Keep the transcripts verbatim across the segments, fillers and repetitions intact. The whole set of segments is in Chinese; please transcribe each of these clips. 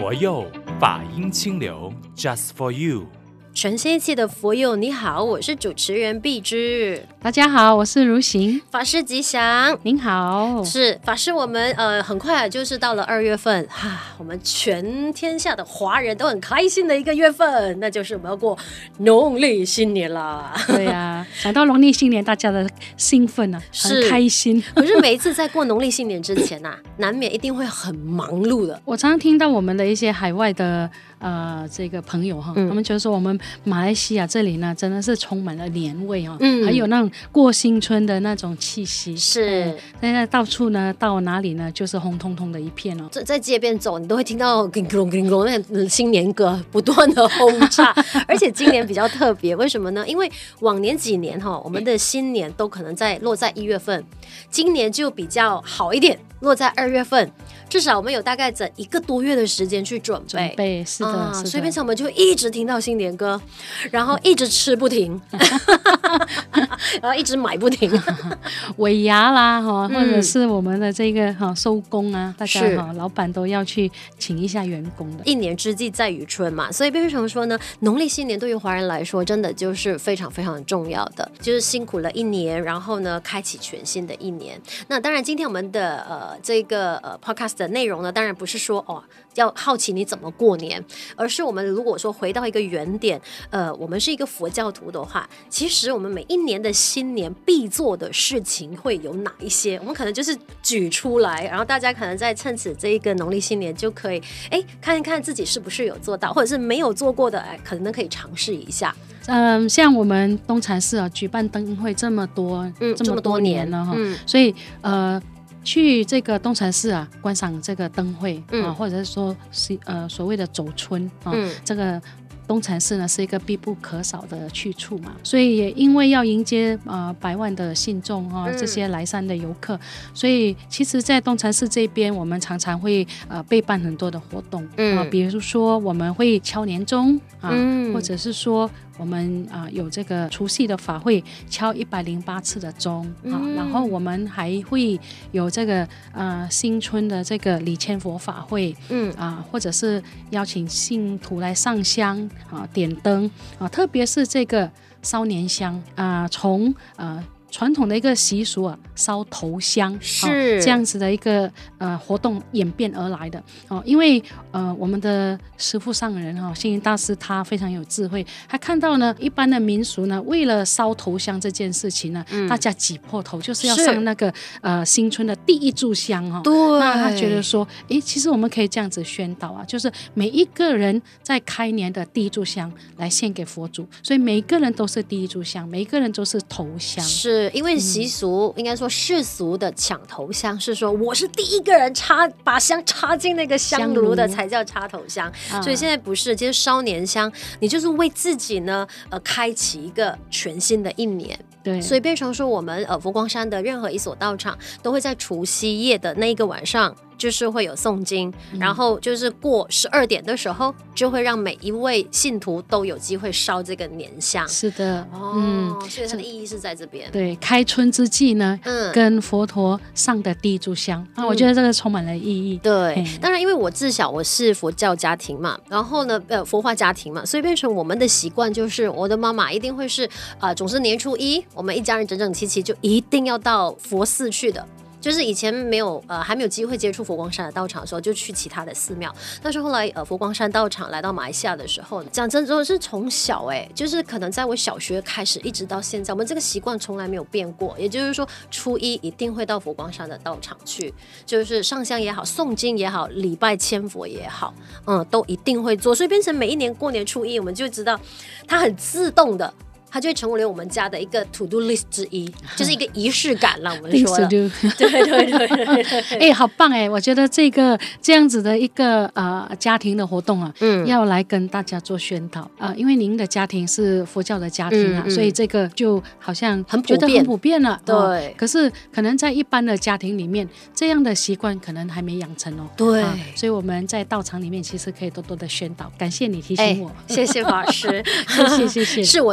佛佑法音清流 Just for you。 全新一期的佛佑你好，我是主持人碧芝。 大家好，我是如行。 法师吉祥。 您好。 是法师，我们呃很快就是到了二月份哈，我们全天下的华人都很开心的一个月份，那就是我们要过农历新年啦。 对啊，想到农历新年，大家的兴奋啊，很开心。 可是每一次在过农历新年之前啊，难免一定会很忙碌的。 我常常听到我们的一些海外的呃这个朋友哈、嗯，他们觉得说我们马来西亚这里呢，真的是充满了年味哈、嗯，还有那种过新春的那种气息。 是， 现在到处呢，到哪里呢，就是红彤彤的一片哦。 在街边走，你都会听到叮咚叮咚那新年歌不断的轰炸，而且今年比较特别，为什么呢？因为往年几年哈，我们的新年都可能在落在一月份，今年就比较好一点，落在二月份。至少我们有大概整一个多月的时间去准备， 准备是的，啊、是的， 所以变成我们就一直听到新年歌，然后一直吃不停，然后一直买不停， 尾牙啦哈，或者是我们的这个哈收工啊，大家哈老板都要去请一下员工的。 一年之计在于春嘛，所以变成说呢，农历新年对于华人来说，真的就是非常非常重要的，就是辛苦了一年，然后呢，开启全新的一年。那当然，今天我们的呃这个呃 podcast 的内容呢，当然不是说哦要好奇你怎么过年，而是我们如果说回到一个原点，呃，我们是一个佛教徒的话，其实我们每一年的新年必做的事情会有哪一些？我们可能就是举出来，然后大家可能在趁此这一个农历新年就可以，哎，看一看自己是不是有做到，或者是没有做过的，哎，可能可以尝试一下。 嗯，像我们东禅寺啊，举办灯会这么多， 嗯， 这么多年了哈、嗯，所以呃。去这个东禅寺啊，观赏这个灯会、嗯、啊，或者是说是呃所谓的走春啊、嗯，这个东禅寺呢是一个必不可少的去处嘛，所以也因为要迎接呃百万的信众啊、嗯，这些来山的游客，所以其实，在东禅寺这边，我们常常会呃备办很多的活动、嗯、啊，比如说我们会敲年钟啊、嗯，或者是说。我们啊、呃、有这个除夕的法会，敲一百零八次的钟啊、嗯，然后我们还会有这个呃新春的这个礼千佛法会，嗯啊，或者是邀请信徒来上香啊、点灯啊，特别是这个烧年香啊，从呃。传统的一个习俗啊，烧头香是、哦、这样子的一个呃活动演变而来的哦。因为呃我们的师父上人哈、哦，星云大师他非常有智慧，他看到呢一般的民俗呢，为了烧头香这件事情呢，嗯、大家挤破头就是要上那个呃新春的第一炷香哈、哦。 对， 那他觉得说，哎，其实我们可以这样子宣导啊，就是每一个人在开年的第一炷香来献给佛祖，所以每一个人都是第一炷香，每一个人都是头香。 是。因为习俗、嗯、应该说世俗的抢头香是说我是第一个人插把香插进那个香炉的才叫插头香、啊、所以现在不是，其实烧年香你就是为自己呢呃开启一个全新的一年。 对， 所以变成说我们呃佛光山的任何一所道场都会在除夕夜的那一个晚上就是会有诵经、嗯、然后就是过十二点的时候就会让每一位信徒都有机会烧这个年香。 是的， 哦、嗯，所以它的意义是在这边。 对，开春之际呢，嗯，跟佛陀上的第一炷香、嗯、啊，我觉得这个充满了意义。 对，当然因为我自小我是佛教家庭嘛，然后呢呃佛化家庭嘛，所以变成我们的习惯就是我的妈妈一定会是啊、呃，总是年初一我们一家人整整齐齐就一定要到佛寺去的。就是以前没有呃还没有机会接触佛光山的道场的时候，就去其他的寺庙。但是后来呃佛光山道场来到马来西亚的时候，讲真的是从小哎、欸，就是可能在我小学开始一直到现在，我们这个习惯从来没有变过。也就是说，初一一定会到佛光山的道场去，就是上香也好，诵经也好，礼拜千佛也好，嗯，都一定会做。所以变成每一年过年初一，我们就知道它很自动的。它就会成为了我们家的一个 to do list 之一，就是一个仪式感了。我们说的，对对对对对，哎、 欸，好棒哎！我觉得这个这样子的一个呃家庭的活动啊，嗯，要来跟大家做宣导啊、呃，因为您的家庭是佛教的家庭啊，嗯嗯、所以这个就好像很普遍， 觉得很普遍了。 对、 哦，可是可能在一般的家庭里面，这样的习惯可能还没养成哦。 对、 啊，所以我们在道场里面其实可以多多的宣导。感谢你提醒我， 欸、谢谢法师， 谢谢谢谢， 是我的荣幸。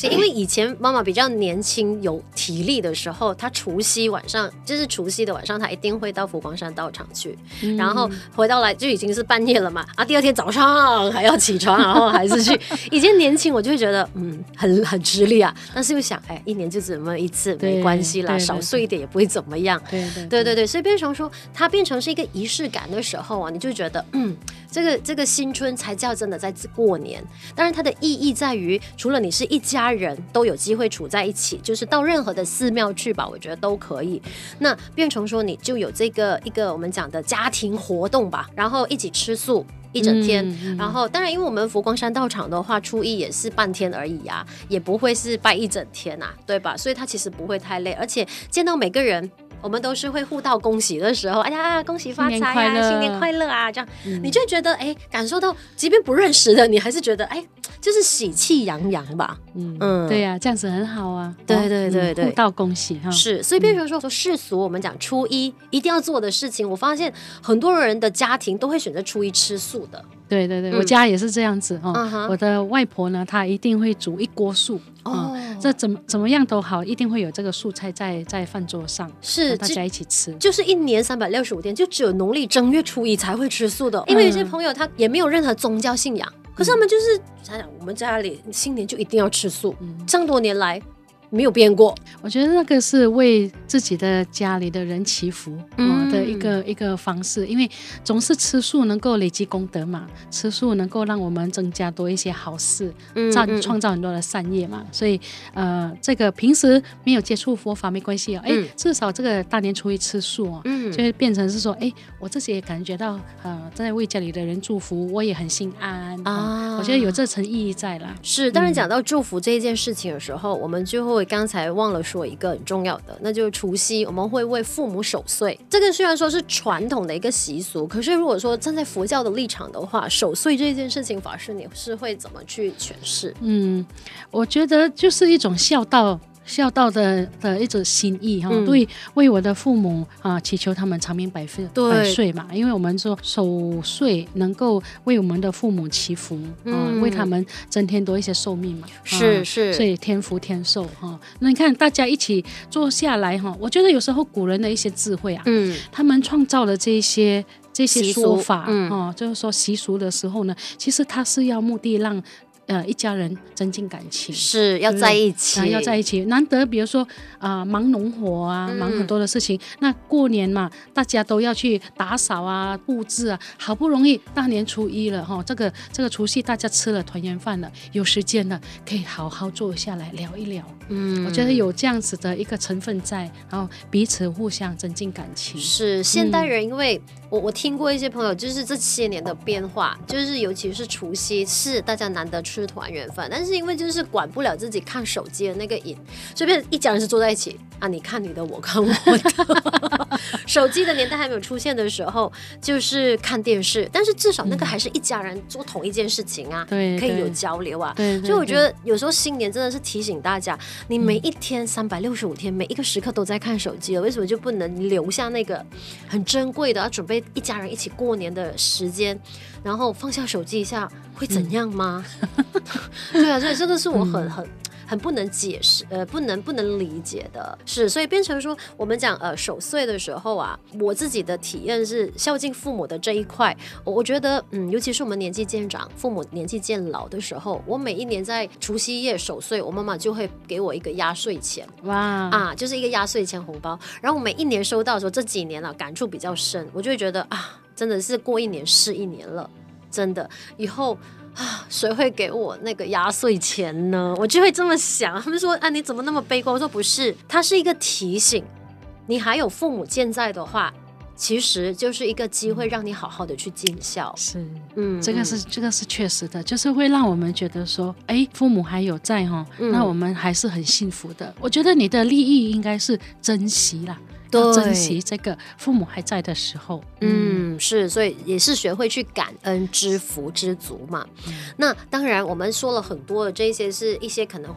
情，因为以前妈妈比较年轻有体力的时候，她除夕晚上就是除夕的晚上，她一定会到佛光山道场去，嗯、然后回到来就已经是半夜了嘛，啊，第二天早上还要起床，然后还是去。以前年轻我就会觉得嗯很很吃力啊，但是又想哎一年就这么一次没关系啦，少睡一点也不会怎么样。对对 对, 对对对，所以变成说它变成是一个仪式感的时候啊，你就觉得嗯这个这个新春才叫真的在过年。当然它的意义在于，除了你是一家人都有机会处在一起，就是到任何的寺庙去吧，我觉得都可以。那变成说你就有这个一个我们讲的家庭活动吧，然后一起吃素一整天、嗯嗯、然后当然因为我们佛光山道场的话，初一也是半天而已啊，也不会是拜一整天啊，对吧？所以它其实不会太累，而且见到每个人我们都是会互道恭喜的时候，哎呀恭喜发财啊，新年快乐啊，这样、嗯、你就会觉得哎，感受到即便不认识的你还是觉得哎就是喜气洋洋吧。 嗯嗯，对啊，这样子很好啊。 对对对对， 互道恭喜哈。 是，所以比如说说世俗我们讲初一一定要做的事情，我发现很多人的家庭都会选择初一吃素的。 对对对、嗯、我家也是这样子、哦uh-huh、我的外婆呢她一定会煮一锅素哦、嗯，这怎么怎么样都好，一定会有这个素菜在在饭桌上，是大家一起吃。 就是一年三百六十五天，就只有农历正月初一才会吃素的，因为有些朋友他也没有任何宗教信仰，可是他们就是想想我们家里新年就一定要吃素，嗯、这么多年来没有变过。 我觉得那个是为自己的家里的人祈福、嗯、的一个一个方式，因为总是吃素能够累积功德嘛，吃素能够让我们增加多一些好事，嗯、创造很多的善业嘛，所以呃，这个平时没有接触佛法没关系哦，哎、嗯，至少这个大年初一吃素哦，嗯、就会变成是说，哎，我自己也感觉到呃，在为家里的人祝福，我也很心安啊、哦，我觉得有这层意义在啦。 是，当然讲到祝福这一件事情的时候，嗯、我们就会刚才忘了说一个很重要的，那就是除夕我们会为父母守岁。这个虽然说是传统的一个习俗，可是如果说站在佛教的立场的话，守岁这件事情，法师你是会怎么去诠释？ 嗯，我觉得就是一种孝道。孝道的的一种心意哈、嗯，对，为我的父母啊祈求他们长命百岁百岁嘛，因为我们说守岁能够为我们的父母祈福、嗯、啊，为他们增添多一些寿命嘛， 是、啊、是， 所以天福天寿哈。那你看大家一起坐下来哈，我觉得有时候古人的一些智慧啊，嗯，他们创造了这些这些说法，嗯、啊，就是说习俗的时候呢，其实他是要目的让。呃，一家人增进感情， 是要在一起、啊， 要在一起。难得，比如说啊、呃，忙农活啊，忙很多的事情、嗯。那过年嘛，大家都要去打扫啊、布置啊。好不容易大年初一了哈，这个这个除夕大家吃了团圆饭了，有时间了，可以好好坐下来聊一聊。嗯，我觉得有这样子的一个成分在，然后彼此互相增进感情。 是现代人，因为我我听过一些朋友，就是这些年的变化，就是尤其是除夕是大家难得吃团圆饭，但是因为就是管不了自己看手机的那个瘾，所以变成一家人是坐在一起啊，你看你的，我看我的。手机的年代还没有出现的时候，就是看电视，但是至少那个还是一家人做同一件事情啊，嗯、可以有交流啊。对对对，所以我觉得有时候新年真的是提醒大家，你每一天三百六十五天，每一个时刻都在看手机了，为什么就不能留下那个很珍贵的要准备一家人一起过年的时间，然后放下手机一下会怎样吗？嗯对啊，所以这个是我很很很不能解释，呃，不能不能理解的，是，所以变成说我们讲呃守岁的时候啊，我自己的体验是孝敬父母的这一块，我我觉得嗯，尤其是我们年纪渐长，父母年纪渐老的时候，我每一年在除夕夜守岁，我妈妈就会给我一个压岁钱，哇啊，就是一个压岁钱红包，然后我每一年收到的时候，这几年啊感触比较深，我就会觉得啊，真的是过一年是一年了，真的以后。啊，谁会给我那个压岁钱呢？我就会这么想。他们说啊，你怎么那么悲观？我说不是，它是一个提醒。你还有父母健在的话，其实就是一个机会，让你好好的去尽孝。 是，嗯，这个是这个是确实的，就是会让我们觉得说，哎，父母还有在哈、嗯，那我们还是很幸福的。我觉得你的利益应该是珍惜啦。要珍惜这个父母还在的时候， 嗯，嗯是，所以也是学会去感恩、知福、知足嘛。嗯、那当然，我们说了很多的这些，是一些可能会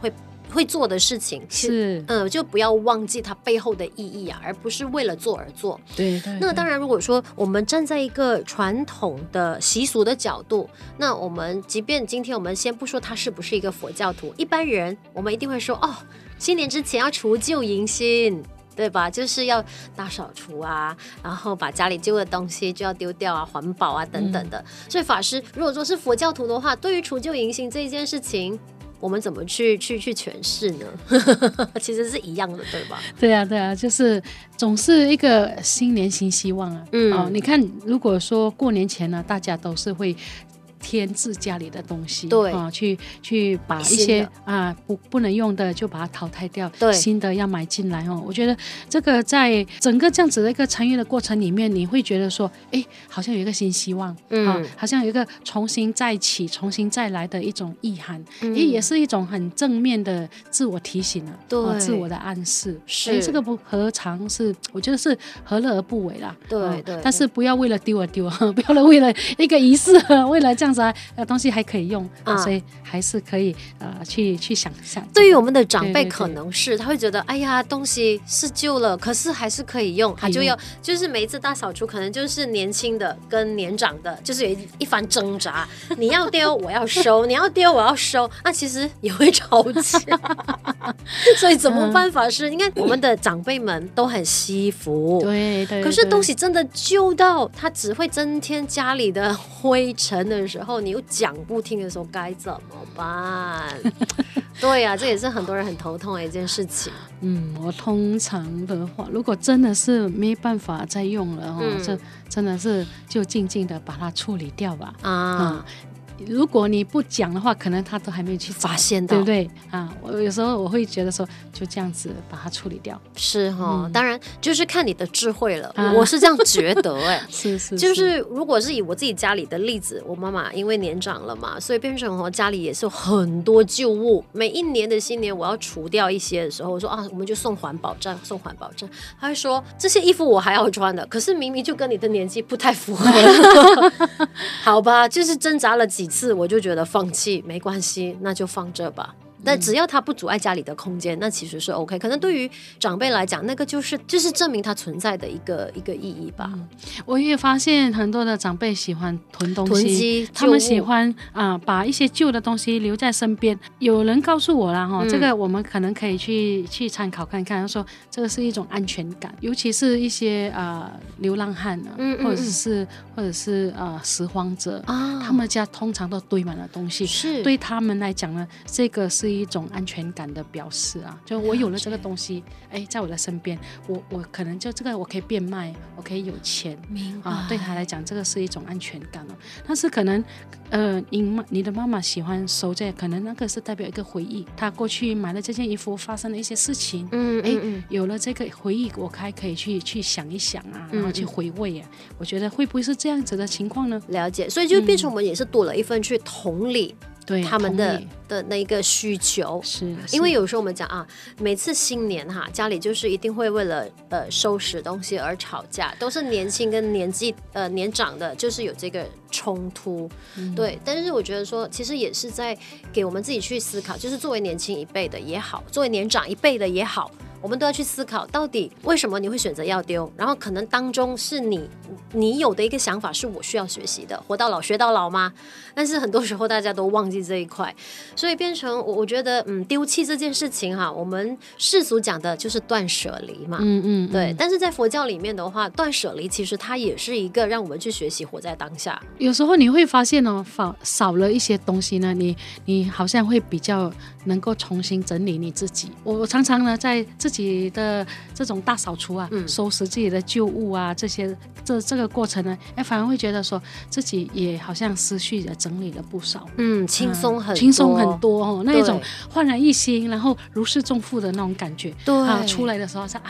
会做的事情， 是呃，就不要忘记它背后的意义啊，而不是为了做而做。 对 对, 对。 那当然，如果说我们站在一个传统的习俗的角度，那我们即便今天我们先不说他是不是一个佛教徒，一般人我们一定会说，哦，新年之前要除旧迎新。对吧？就是要大扫除啊，然后把家里旧的东西就要丢掉啊，环保啊等等的。嗯、所以法师如果说是佛教徒的话，对于除旧迎新这一件事情，我们怎么去去去诠释呢？其实是一样的，对吧？ 对啊，对啊，就是总是一个新年新希望啊。嗯，哦，你看，如果说过年前呢，大家都是会添置家里的东西，对啊，去去把一些啊不不能用的就把它淘汰掉，对，新的要买进来哦。我觉得这个在整个这样子的一个参与的过程里面，你会觉得说，哎，好像有一个新希望，嗯、啊，好像有一个重新再起、重新再来的一种意涵，哎、嗯，也是一种很正面的自我提醒啊，对，啊、自我的暗示。是，这个不何尝是？我觉得是何乐而不为啦。对、啊、对，但是不要为了丢而丢，不要为了一个仪式，为了这样。呃，东西还可以用、啊、所以还是可以呃去去想象。 对于我们的长辈，可能是他会觉得，哎呀，东西是旧了，可是还是可以用，他就要就是每一次大扫除，可能就是年轻的跟年长的，就是有 一, 一番挣扎。你要丢，我要收；你要丢，我要收。那、啊、其实也会吵架，所以怎么办法是？你看我们的长辈们都很惜福， 对 对, 对。 可是东西真的旧到它只会增添家里的灰尘的时候。然后你又讲不听的时候该怎么办？对呀、啊，这也是很多人很头痛的一件事情。 嗯，我通常的话，如果真的是没办法再用了、嗯、这真的是就静静的把它处理掉吧。啊。嗯，如果你不讲的话，可能他都还没有去发现到， 对不对啊？我有时候我会觉得说，就这样子把它处理掉。 是哈、哦嗯，当然就是看你的智慧了。啊、我是这样觉得、欸，哎， 是, 是是， 就是如果是以我自己家里的例子，我妈妈因为年长了嘛，所以变成我家里也是有很多旧物。每一年的新年我要除掉一些的时候，我说啊，我们就送环保站，送环保站。他会说这些衣服我还要穿的，可是明明就跟你的年纪不太符合。好吧，就是挣扎了几次，我就觉得放弃没关系，那就放这吧。但只要它不阻碍家里的空间，那其实是 OK。可能对于长辈来讲，那个就是就是证明它存在的一个一个意义吧。嗯、 我也发现很多的长辈喜欢囤东西，他们喜欢啊、呃、把一些旧的东西留在身边。有人告诉我啦哈、嗯，这个我们可能可以去去参考看看，说这个是一种安全感，尤其是一些啊、呃、流浪汉啊，嗯嗯或者是或者是呃拾荒者啊，他们家通常都堆满了东西，是对他们来讲呢，这个是一种安全感的表示啊，就我有了这个东西，哎，在我的身边，我我可能就这个我可以变卖，我可以有钱，啊，对他来讲，这个是一种安全感哦。但是可能，呃，你你的妈妈喜欢收这，可能那个是代表一个回忆，她过去买了这件衣服发生了一些事情，嗯哎、嗯，有了这个回忆，我还可以去去想一想啊，然后去回味啊，嗯、我觉得会不会是这样子的情况呢？ 了解，所以就变成我们也是多了一份去同理。嗯对他们的的那个需求，是因为有时候我们讲啊，每次新年哈，家里就是一定会为了呃收拾东西而吵架，都是年轻跟年纪呃年长的，就是有这个冲突、嗯，对。但是我觉得说，其实也是在给我们自己去思考，就是作为年轻一辈的也好，作为年长一辈的也好。我们都要去思考，到底为什么你会选择要丢？然后可能当中是你你有的一个想法是我需要学习的，活到老学到老吗？但是很多时候大家都忘记这一块，所以变成我我觉得，嗯，丢弃这件事情哈，我们世俗讲的就是断舍离嘛，嗯嗯，对。但是在佛教里面的话，断舍离其实它也是一个让我们去学习活在当下。 有时候你会发现哦，少了一些东西呢，你你好像会比较能够重新整理你自己。我我常常呢在自己的这种大扫除啊、嗯、收拾自己的旧物啊，这些这这个过程呢，哎，反而会觉得说自己也好像思绪的整理了不少， 嗯，轻松很多， 轻松很多哦，那一种焕然一新，然后如释重负的那种感觉，对啊，出来的时候是啊。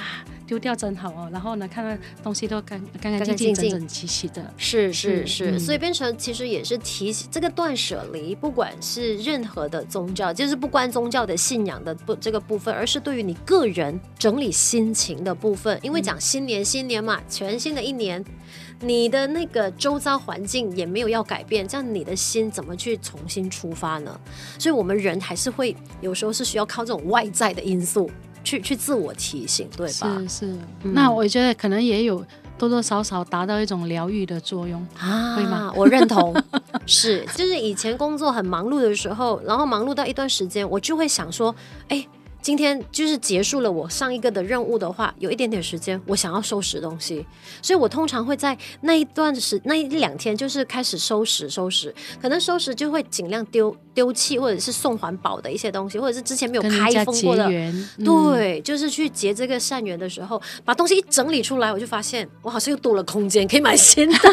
丢掉真好哦，然后呢，看到东西都干干干净净、整整齐齐的。 是是是、 嗯， 所以变成其实也是提醒这个断舍离，不管是任何的宗教，就是不关宗教的信仰的不这个部分，而是对于你个人整理心情的部分。因为讲新年新年嘛，全新的一年，你的那个周遭环境也没有要改变，这样你的心怎么去重新出发呢？所以我们人还是会有时候是需要靠这种外在的因素去去自我提醒，对吧？ 是是、嗯，那我觉得可能也有多多少少达到一种疗愈的作用啊，会吗？ 我认同，是，就是以前工作很忙碌的时候，然后忙碌到一段时间，我就会想说，哎。今天就是结束了我上一个的任务的话，有一点点时间，我想要收拾东西，所以我通常会在那一段时那一两天就是开始收拾收拾，可能收拾就会尽量丢丢弃或者是送环保的一些东西，或者是之前没有开封过的， 嗯、 对，就是去结这个善缘的时候，把东西一整理出来，我就发现我好像又多了空间可以买新的。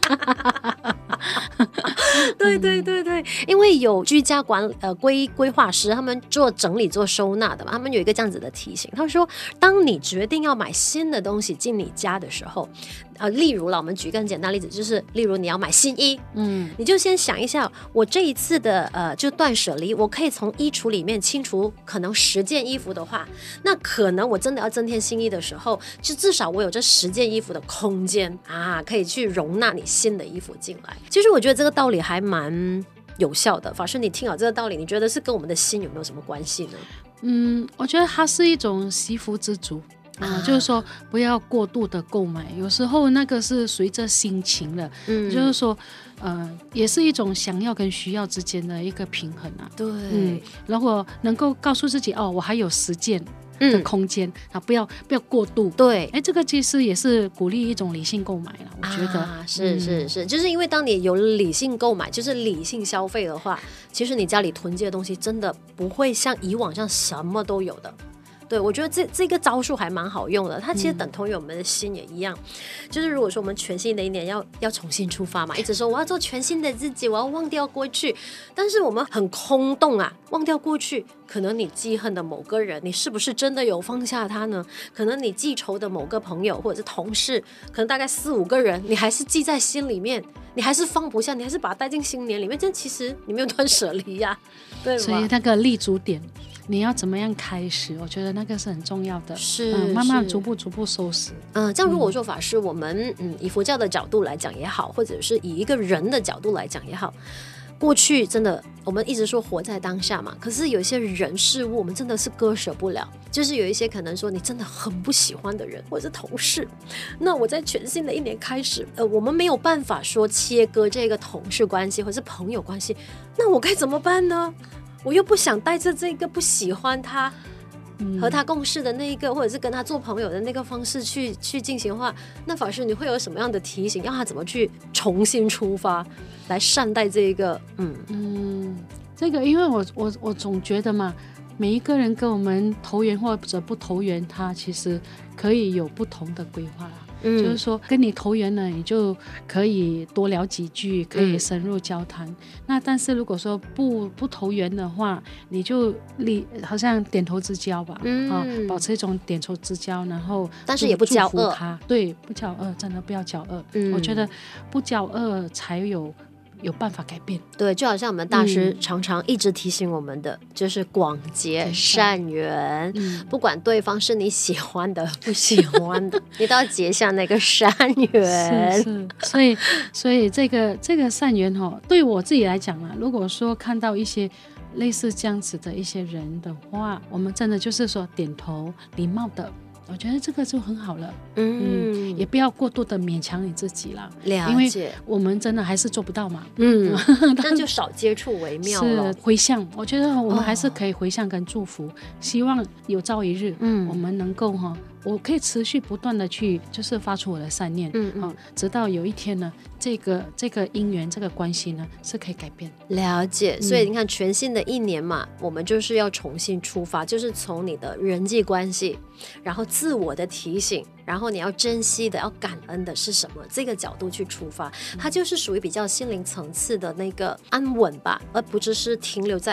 对对对对，因为有居家管呃规规划师，他们做整理做收纳的嘛，他们有一个这样子的提醒，他们说，当你决定要买新的东西进你家的时候，呃，例如啦，我们举个很简单的例子，就是例如你要买新衣，嗯，你就先想一下，我这一次的呃就断舍离，我可以从衣橱里面清除可能十件衣服的话，那可能我真的要增添新衣的时候，就至少我有这十件衣服的空间啊，可以去容纳你新的衣服进来。其实我觉得这个道理还蛮有效的。法师，你听好这个道理，你觉得是跟我们的心有没有什么关系呢？ 嗯，我觉得它是一种惜福知足。啊、就是说不要过度的购买，有时候那个是随着心情的，嗯，就是说呃，也是一种想要跟需要之间的一个平衡啊。 对， 嗯，如果能够告诉自己哦，我还有实践的空间、嗯、啊，不要不要过度。 对， 哎，这个其实也是鼓励一种理性购买了，我觉得、 啊、是是是、嗯，就是因为当你有理性购买，就是理性消费的话，其实你家里囤积的东西真的不会像以往像什么都有的。对，我觉得这这个招数还蛮好用的，它其实等同于我们的心也一样、嗯、就是如果说我们全新的一年要要重新出发嘛，一直说我要做全新的自己，我要忘掉过去，但是我们很空洞啊，忘掉过去，可能你记恨的某个人，你是不是真的有放下他呢？可能你记仇的某个朋友或者是同事，可能大概四五个人，你还是记在心里面，你还是放不下，你还是把它带进新年里面，这样其实你没有断舍离呀、啊，对吗？ 所以那个立足点你要怎么样开始，我觉得那个是很重要的， 是、 嗯、慢慢逐步逐步收拾。 嗯，这样如果说法师我们嗯以佛教的角度来讲也好，或者是以一个人的角度来讲也好，过去真的我们一直说活在当下嘛，可是有一些人事物我们真的是割舍不了，就是有一些可能说你真的很不喜欢的人或者是同事，那我在全新的一年开始呃，我们没有办法说切割这个同事关系或者是朋友关系，那我该怎么办呢？我又不想带着这个不喜欢他、嗯、和他共事的那一个，或者是跟他做朋友的那个方式去去进行的话，那法师你会有什么样的提醒，让他怎么去重新出发来善待这一个嗯嗯，这个因为我我我总觉得嘛，每一个人跟我们投缘或者不投缘，他其实可以有不同的规划啦。嗯、就是说跟你投缘呢，你就可以多聊几句，可以深入交谈、嗯、那但是如果说不不投缘的话，你就立好像点头之交吧、嗯啊、保持一种点头之交，然后但是也不交恶， 对，不交恶，真的不要交恶、嗯、我觉得不交恶才有有办法改变。 对，就好像我们大师常常一直提醒我们的、嗯、就是广结善缘、嗯、不管对方是你喜欢的不喜欢的你都要结下那个善缘。 是是，所以所以这个这个善缘、哦、对我自己来讲啊，如果说看到一些类似这样子的一些人的话，我们真的就是说点头礼貌的，我觉得这个就很好了。 嗯, 嗯，也不要过度的勉强你自己啦， 了解， 因为我们真的还是做不到嘛。 嗯，那就少接触为妙了。 是回向，我觉得我们还是可以回向跟祝福、哦、希望有朝一日、嗯、我们能够哈、哦，我可以持续不断的去就是发出我的善念，嗯嗯、哦，直到有一天呢，这个这个因缘这个关系呢是可以改变。 了解，所以你看全新的一年嘛、嗯、我们就是要重新出发，就是从你的人际关系，然后自我的提醒，然后你要珍惜的要感恩的是什么，这个角度去出发，它就是属于比较心灵层次的那个安稳吧，而不只是停留在啊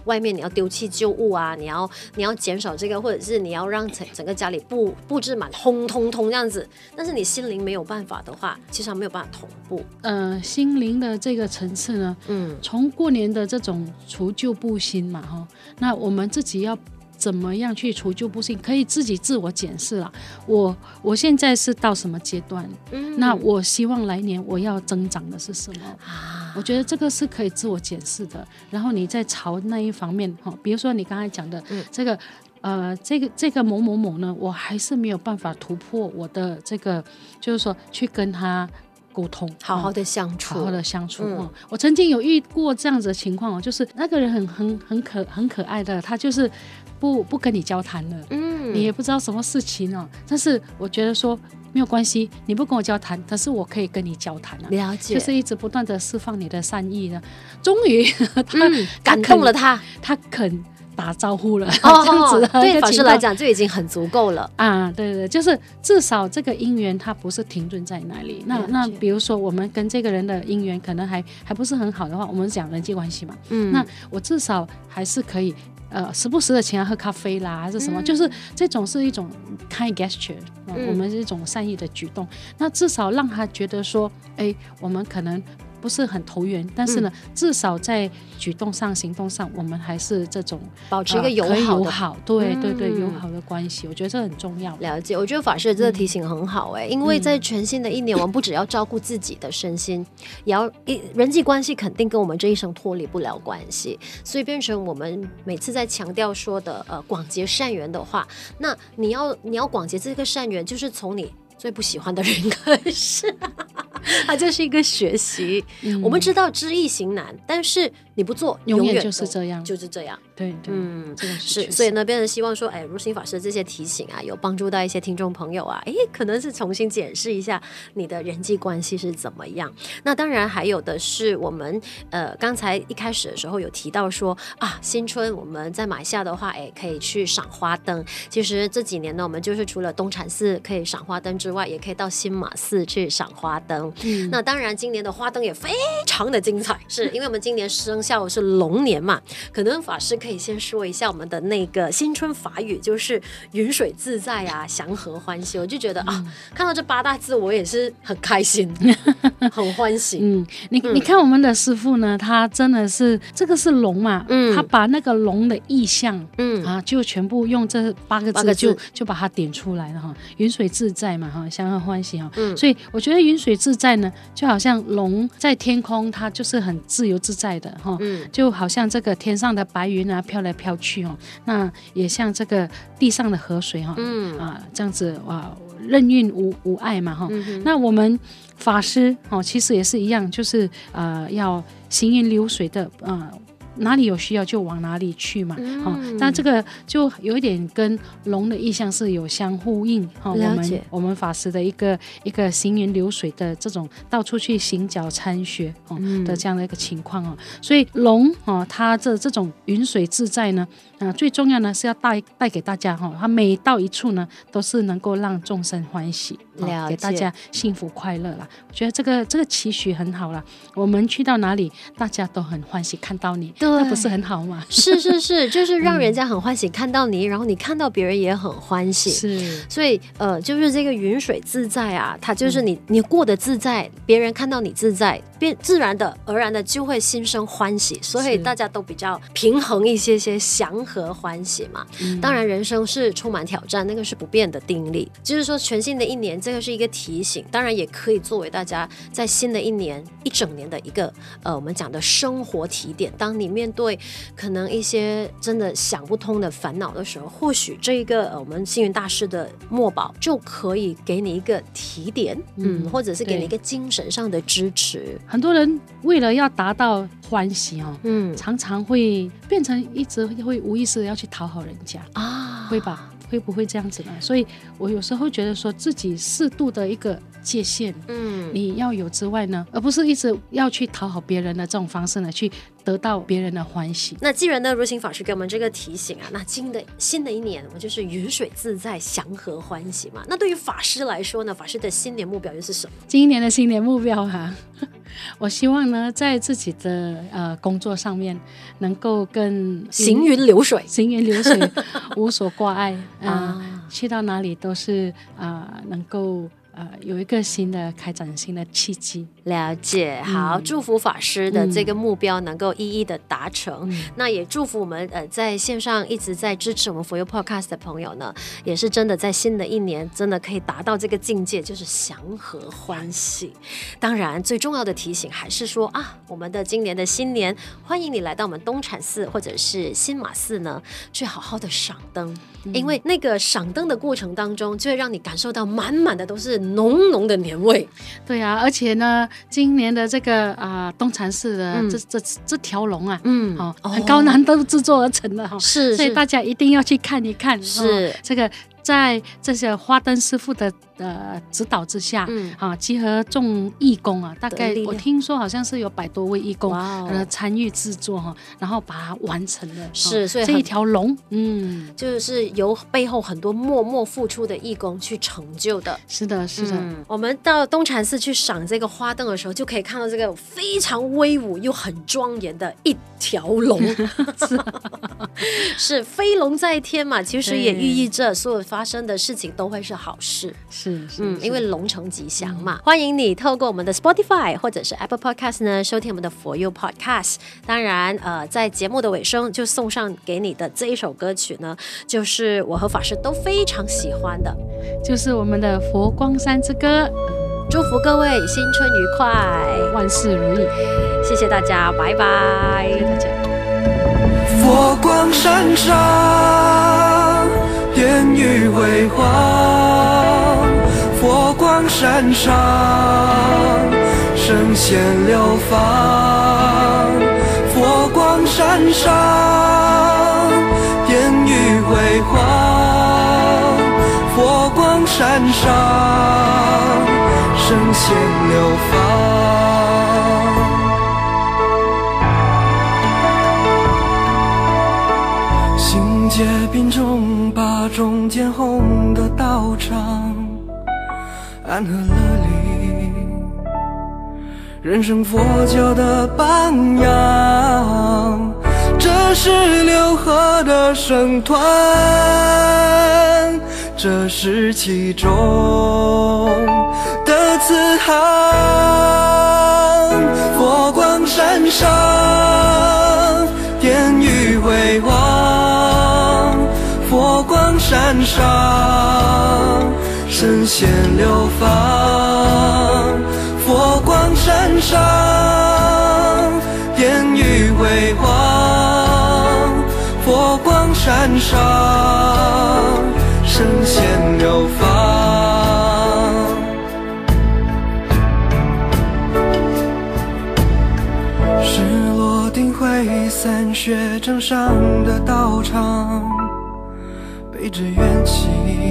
外面你要丢弃旧物啊，你要你要减少这个，或者是你要让整整个家里布布置满通通通这样子，但是你心灵没有办法的话，其实还没有办法同步。 呃，心灵的这个层次呢，嗯，从过年的这种除旧布新嘛，哈，那我们自己要怎么样去除旧布新，可以自己自我检视啦。我我现在是到什么阶段？嗯，那我希望来年我要增长的是什么？啊，我觉得这个是可以自我检视的。然后你再朝那一方面，哈，比如说你刚才讲的、嗯、这个。呃，这个这个某某某呢，我还是没有办法突破我的这个，就是说去跟他沟通， 好好的相处， 好好的相处。嗯，我曾经有遇过这样子的情况，就是那个人很很很可很可爱的，他就是不不跟你交谈了，嗯，你也不知道什么事情哦。但是我觉得说没有关系，你不跟我交谈，但是我可以跟你交谈啊， 了解， 就是一直不断的释放你的善意的。终于他、 嗯、感动了他， 他肯。打招呼了， 哦、 这样子的对法师来讲就已经很足够了啊！对对，就是至少这个姻缘它不是停顿在那里。那那比如说我们跟这个人的姻缘可能还还不是很好的话，我们讲人际关系嘛，嗯，那我至少还是可以呃时不时的请他喝咖啡啦，还是什么，嗯、就是这种是一种 kind gesture，呃嗯、我们是一种善意的举动。那至少让他觉得说，哎，我们可能。不是很投缘，但是呢、嗯、至少在举动上行动上我们还是这种保持一个友好的、呃、 友好对对对、嗯、友好的关系，我觉得这很重要。 了解，我觉得法师的这个提醒很好哎、欸嗯，因为在全新的一年我们不只要照顾自己的身心、嗯、也要人际关系肯定跟我们这一生脱离不了关系，所以变成我们每次在强调说的呃广结善缘的话，那你要你要广结这个善缘就是从你最不喜欢的人开始它就是一个学习、嗯、我们知道知易行难，但是你不做永远就是这样就是这样对对，嗯，这个是, 是所以呢变成希望说，哎，如新法师这些提醒啊有帮助到一些听众朋友啊，哎，可能是重新检视一下你的人际关系是怎么样。那当然还有的是我们呃刚才一开始的时候有提到说啊，新春我们在马来西亚的话，哎，可以去赏花灯。其实这几年呢我们就是除了东禅寺可以赏花灯之外，也可以到新马寺去赏花灯、嗯、那当然今年的花灯也非常的精彩，是因为我们今年生肖是龙年嘛，可能法师可以先说一下我们的那个新春法语，就是云水自在啊，祥和欢喜。我就觉得、嗯、啊，看到这八大字我也是很开心很欢喜。嗯， 你、嗯、你看我们的师父呢，他真的是这个是龙嘛，嗯，他把那个龙的意象，嗯啊，就全部用这八个字就八个字就把它点出来了哈，云水自在嘛哈，祥和欢喜哈，嗯，所以我觉得云水自在呢，就好像龙在天空，它就是很自由自在的哈，嗯，就好像这个天上的白云啊飘来飘去哦，那也像这个地上的河水哈，嗯啊这样子哇，任运无无碍嘛哈、嗯，那我们法师哦，其实也是一样，就是呃要行云流水的呃。哪里有需要就往哪里去嘛，嗯哦、但这个就有一点跟龙的意象是有相呼应、哦、我们我们法师的一个一个行云流水的这种到处去行脚参学、哦嗯、的这样的一个情况哦，所以龙哦，它这这种云水自在呢，啊、最重要呢是要带带给大家哈、哦，它每到一处呢都是能够让众生欢喜，哦、给大家幸福快乐啦。我觉得这个这个期许很好啦，我们去到哪里大家都很欢喜看到你。那不是很好吗？ 是是是，就是让人家很欢喜看到你、嗯、然后你看到别人也很欢喜， 是， 所以呃，就是这个云水自在啊，它就是你、嗯、你过得自在，别人看到你自在，变自然的而然的就会心生欢喜，所以大家都比较平衡一些些，祥和欢喜嘛、嗯、当然人生是充满挑战，那个是不变的定力，就是说全新的一年这个是一个提醒，当然也可以作为大家在新的一年一整年的一个呃我们讲的生活提点。当你面对可能一些真的想不通的烦恼的时候，或许这一个、呃、我们星云大师的墨宝就可以给你一个提点，嗯，嗯或者是给你一个精神上的支持。 很多人为了要达到欢喜哦，嗯，常常会变成一直会无意识的要去讨好人家啊，会吧？会不会这样子呢？所以我有时候觉得说自己适度的一个界限，嗯，你要有之外呢，而不是一直要去讨好别人的这种方式呢，去得到别人的欢喜。 那既然呢，如行法师给我们这个提醒啊，那新的新的一年我们就是云水自在，祥和欢喜嘛。那对于法师来说呢，法师的新年目标又是什么？ 今年的新年目标哈、啊，我希望呢，在自己的呃工作上面能够更行云流水， 行云流水，无所挂碍啊、呃，去到哪里都是啊、呃，能够。呃，有一个新的开展新的契机。 了解，好、嗯，祝福法师的这个目标能够一一的达成、嗯、那也祝福我们呃在线上一直在支持我们 For You Podcast 的朋友呢，也是真的在新的一年真的可以达到这个境界，就是祥和欢喜。当然最重要的提醒还是说啊，我们的今年的新年，欢迎你来到我们东禅寺或者是新马寺呢，去好好的赏灯、嗯、因为那个赏灯的过程当中，就会让你感受到满满的都是浓浓的年味。 对啊，而且呢，今年的这个啊、呃、东禅寺的、嗯、这这这条龙啊，嗯，哦，很高难度制作而成的哈、哦， 是， 所以大家一定要去看一看。 是、哦、 这个。在这些花灯师傅的呃指导之下，嗯，啊，集合众义工啊，大概我听说好像是有百多位义工呃参与制作哈，然后把它完成了。 是，所以这一条龙，嗯， 就是由背后很多默默付出的义工去成就的。 是的，是的。嗯、 我们到东禅寺去赏这个花灯的时候，就可以看到这个非常威武又很庄严的一条龙，是是飞龙在天嘛，其实也寓意着所有发生的事情都会是好事。 是，是嗯，因为龙成吉祥嘛、嗯。欢迎你透过我们的 Spotify 或者是 Apple Podcast 呢，收听我们的 For You Podcast。当然，呃，在节目的尾声就送上给你的这一首歌曲呢，就是我和法师都非常喜欢的， 就是我们的《佛光山之歌》。 祝福各位新春愉快， 万事如意。 谢谢大家，拜拜。谢谢大家。 佛光山上，殿宇辉煌，佛光山上，圣贤流芳。佛光山上，殿宇辉煌，佛光山上，圣贤流芳。行解并重把中间红的道场，安和乐里，人生佛教的榜样。这是六合的僧团，这是其中的慈航。佛光山上，殿宇辉煌，佛光山上，圣贤流芳。佛光山上，殿宇辉煌，佛光山上，圣贤流芳。是落定慧散雪正上的道场，背着元气，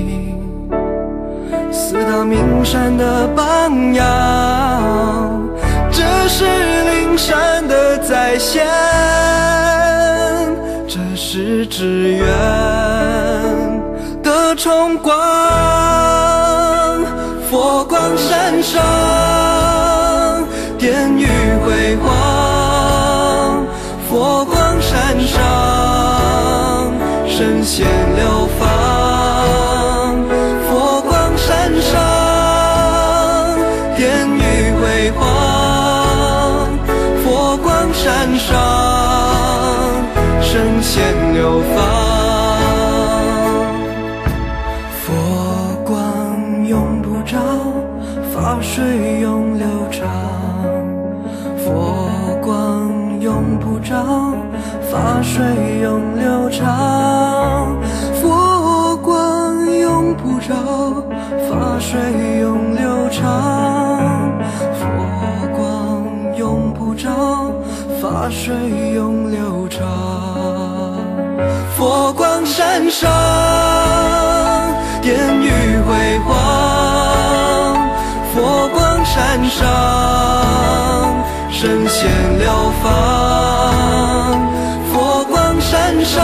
四大名山的榜样。这是灵山的再现，这是志远的崇光。佛光山上，殿宇辉煌，佛光山上，圣贤流芳。佛光山上，殿宇辉煌，佛光山上，圣贤流芳。佛光永不着，法水永流长。佛光永不着，法水永流长。佛光永不着，法水永流长。佛光永不着，法水永流长。佛光山上，殿宇辉煌，佛山上，神仙流芳。佛光山上，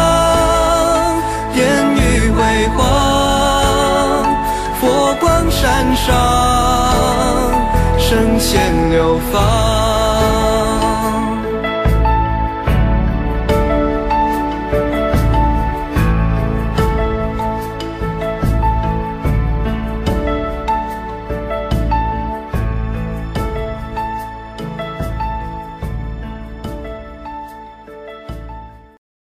殿宇辉煌。佛光山上，神仙流芳。